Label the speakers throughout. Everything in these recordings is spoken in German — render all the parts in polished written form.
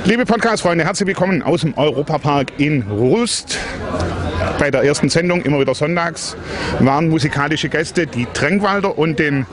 Speaker 1: Liebe Podcast-Freunde, herzlich willkommen aus dem Europapark in Rust. Bei der ersten Sendung, immer wieder sonntags, waren musikalische Gäste, die Tränkwalder und den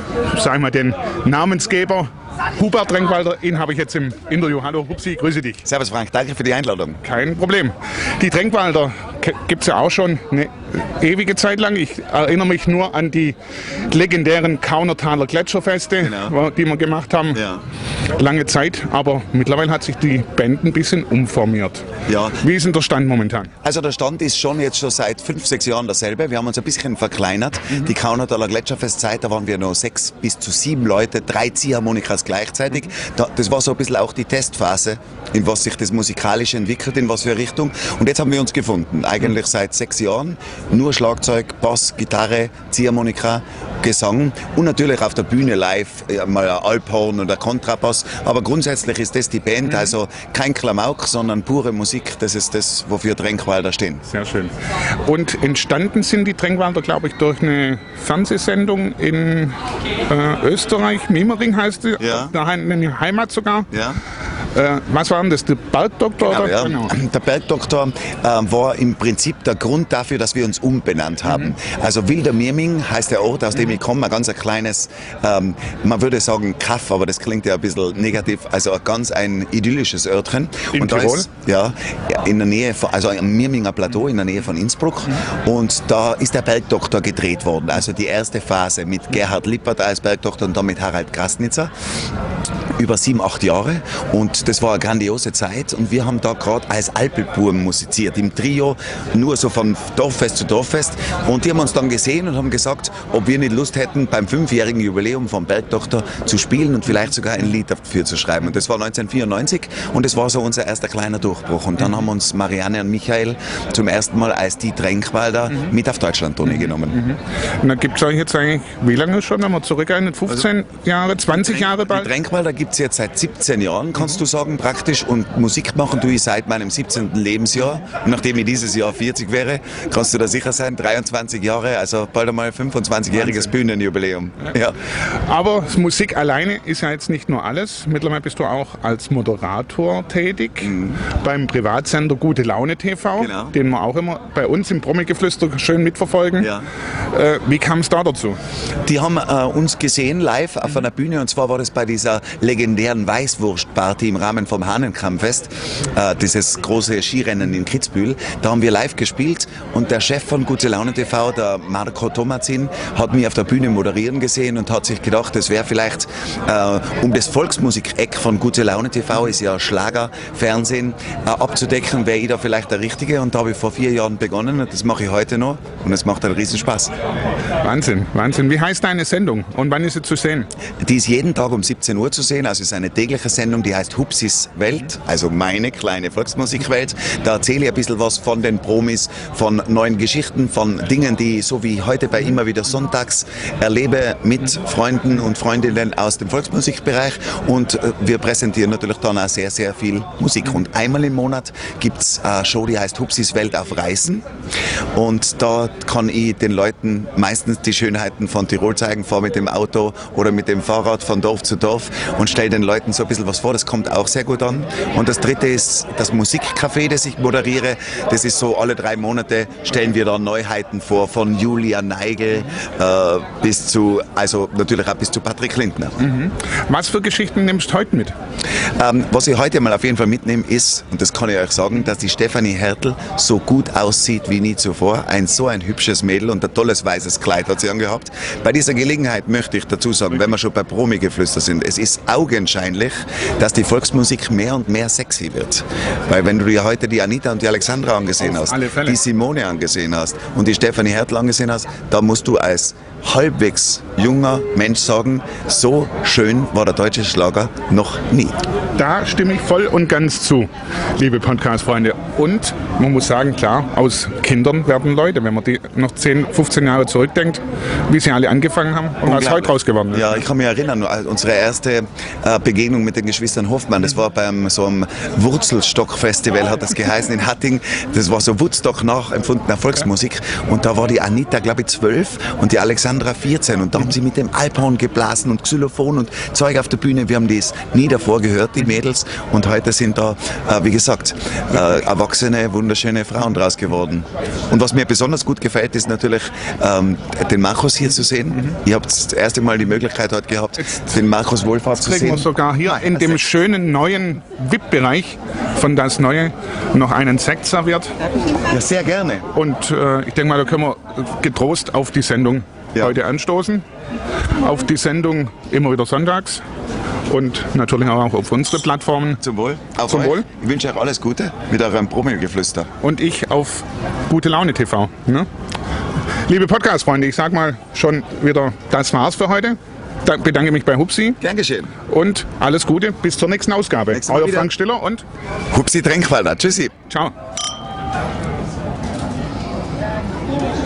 Speaker 1: Namensgeber Hubert Tränkwalder. Ihn habe ich jetzt im Interview. Hallo Hupsi, grüße dich.
Speaker 2: Servus Frank, danke für die Einladung.
Speaker 1: Kein Problem. Die Tränkwalder gibt es ja auch schon eine ewige Zeit lang. Ich erinnere mich nur an die legendären Kaunertaler Gletscherfeste, genau, die wir gemacht haben. Ja. Lange Zeit, aber mittlerweile hat sich die Band ein bisschen umformiert. Ja. Wie ist denn der Stand momentan?
Speaker 2: Also der Stand ist schon jetzt schon seit 5, 6 Jahren dasselbe. Wir haben uns ein bisschen verkleinert. Die Kaunertaler Gletscherfestzeit, da waren wir nur 6 bis zu 7 Leute, 3 Ziehharmonikas gleichzeitig. Das war so ein bisschen auch die Testphase, in was sich das musikalisch entwickelt, in was für eine Richtung. Und jetzt haben wir uns gefunden, eigentlich seit 6 Jahren. Nur Schlagzeug, Bass, Gitarre, Ziehharmonika, Gesang und natürlich auf der Bühne live mal ein Alphorn oder Kontrabass. Aber grundsätzlich ist das die Band, also kein Klamauk, sondern pure Musik. Das ist das, wofür Tränkwalder stehen.
Speaker 1: Sehr schön. Und entstanden sind die Tränkwalder, glaube ich, durch eine Fernsehsendung in Österreich, Mimering heißt sie, ja. Eine Heimat sogar. Ja. Was war denn das? Der Bergdoktor?
Speaker 2: Genau, ja. Genau. Der Bergdoktor war im Prinzip der Grund dafür, dass wir uns umbenannt haben. Also Wilder Mirming heißt der Ort, aus dem ich komme, ein ganz kleines, man würde sagen Kaff, aber das klingt ja ein bisschen negativ, also ein idyllisches Örtchen.
Speaker 1: In Tirol?
Speaker 2: Ja, in der Nähe von, also am Mirminger Plateau, in der Nähe von Innsbruck. Und da ist der Bergdoktor gedreht worden, also die erste Phase mit Gerhard Lippert als Bergdoktor und dann mit Harald Grasnitzer. Über 7, 8 Jahre und das war eine grandiose Zeit und wir haben da gerade als Alpelbuben musiziert, im Trio, nur so von Dorffest zu Dorffest und die haben uns dann gesehen und haben gesagt, ob wir nicht Lust hätten, beim 5-jährigen Jubiläum vom Bergdoktor zu spielen und vielleicht sogar ein Lied dafür zu schreiben. Und das war 1994 und das war so unser erster kleiner Durchbruch und dann haben uns Marianne und Michael zum ersten Mal als die Tränkwalder mit auf Deutschland-Tournee genommen.
Speaker 1: Und da gibt es euch jetzt eigentlich, wie lange schon, wenn wir zurückgehen, 15 Jahre, 20 Jahre bald?
Speaker 2: Die Tränkwalder gibt es jetzt seit 17 Jahren, kannst du sagen, praktisch. Und Musik machen tue ich seit meinem 17. Lebensjahr. Und nachdem ich dieses Jahr 40 wäre, kannst du da sicher sein, 23 Jahre, also bald einmal 25-jähriges Bühnenjubiläum. Ja.
Speaker 1: Aber Musik alleine ist ja jetzt nicht nur alles. Mittlerweile bist du auch als Moderator tätig beim Privatsender Gute Laune TV, genau, den wir auch immer bei uns im Promi-Geflüster schön mitverfolgen. Ja. Wie kam es da dazu?
Speaker 2: Die haben uns gesehen live auf einer Bühne und zwar war das bei dieser legendären Weißwurstparty im Rahmen vom Hahnenkammfest, dieses große Skirennen in Kitzbühel. Da haben wir live gespielt und der Chef von Gute Laune TV, der Marco Tomazin, hat mich auf der Bühne moderieren gesehen und hat sich gedacht, das wäre vielleicht um das Volksmusik-Eck von Gute Laune TV, ist ja Schlager, Fernsehen, abzudecken, wäre ich da vielleicht der Richtige und da habe ich vor 4 Jahren begonnen und das mache ich heute noch und es macht einen riesen Spaß.
Speaker 1: Wahnsinn, Wahnsinn. Wie heißt deine Sendung und wann ist sie zu sehen?
Speaker 2: Die ist jeden Tag um 17 Uhr zu sehen, also es ist eine tägliche Sendung, die heißt Hupsis Welt, also meine kleine Volksmusikwelt. Da erzähle ich ein bisschen was von den Promis, von neuen Geschichten, von Dingen, die so wie heute bei Immer wieder Sonntags erlebe mit Freunden und Freundinnen aus dem Volksmusikbereich und wir präsentieren natürlich dann auch sehr, sehr viel Musik. Und einmal im Monat gibt es eine Show, die heißt Hupsis Welt auf Reisen und da kann ich den Leuten meistens die Schönheiten von Tirol zeigen, fahre mit dem Auto oder mit dem Fahrrad von Dorf zu Dorf und stelle den Leuten so ein bisschen was vor, das kommt auch sehr gut an. Und das dritte ist das Musikcafé, das ich moderiere. Das ist so, alle 3 Monate stellen wir da Neuheiten vor, von Julia Neigel bis zu, also natürlich auch bis zu Patrick Lindner.
Speaker 1: Was für Geschichten nimmst du heute mit?
Speaker 2: Was ich heute mal auf jeden Fall mitnehme ist, und das kann ich euch sagen, dass die Stefanie Hertel so gut aussieht wie nie zuvor. So ein hübsches Mädel und ein tolles weißes Kleid hat sie angehabt. Bei dieser Gelegenheit möchte ich dazu sagen, wenn wir schon bei Promi-Geflüster sind, es ist augenscheinlich, dass die Volksmusik mehr und mehr sexy wird. Weil wenn du dir heute die Anita und die Alexandra angesehen hast, die Simone angesehen hast und die Stefanie Hertel angesehen hast, da musst du als halbwegs junger Mensch sagen, so schön war der deutsche Schlager noch nie.
Speaker 1: Da stimme ich voll und ganz zu, liebe Podcast-Freunde. Und man muss sagen, klar, aus Kindern werden Leute. Wenn man die noch 10, 15 Jahre zurückdenkt, hat, wie sie alle angefangen haben und was heute raus geworden ist.
Speaker 2: Ja, ich kann mich erinnern, unsere erste Begegnung mit den Geschwistern Hoffmann, das war beim so einem Wurzelstock-Festival, hat das geheißen, in Hatting. Das war so Woodstock nachempfundener Volksmusik. Und da war die Anita, glaube ich, 12 und die Alexandra 14. Und da haben sie mit dem Alphorn geblasen und Xylophon und Zeug auf der Bühne. Wir haben das nie davor gehört, die Mädels. Und heute sind da, wie gesagt, erwachsene, wunderschöne Frauen draus geworden. Und was mir besonders gut gefällt, ist natürlich, den Markus hier zu sehen. Ihr habt das erste Mal die Möglichkeit heute gehabt, den Markus Wohlfahrt zu sehen.
Speaker 1: Wir sogar hier in dem schönen neuen VIP-Bereich von Das Neue noch einen Sekt serviert.
Speaker 2: Ja, sehr gerne.
Speaker 1: Und ich denke mal, da können wir getrost auf die Sendung heute anstoßen. Auf die Sendung immer wieder sonntags. Und natürlich auch auf unsere Plattformen.
Speaker 2: Zum Wohl. Auf
Speaker 1: Zum
Speaker 2: euch.
Speaker 1: Wohl.
Speaker 2: Ich wünsche euch alles Gute mit eurem Promilgeflüster.
Speaker 1: Und ich auf Gute Laune TV. Ne? Liebe Podcast-Freunde, ich sag mal schon wieder, das war's für heute. Da bedanke mich bei Hupsi.
Speaker 2: Gern geschehen.
Speaker 1: Und alles Gute bis zur nächsten Ausgabe. Euer
Speaker 2: wieder.
Speaker 1: Frank Stiller und
Speaker 2: Hupsi Tränkwalder. Tschüssi.
Speaker 1: ciao.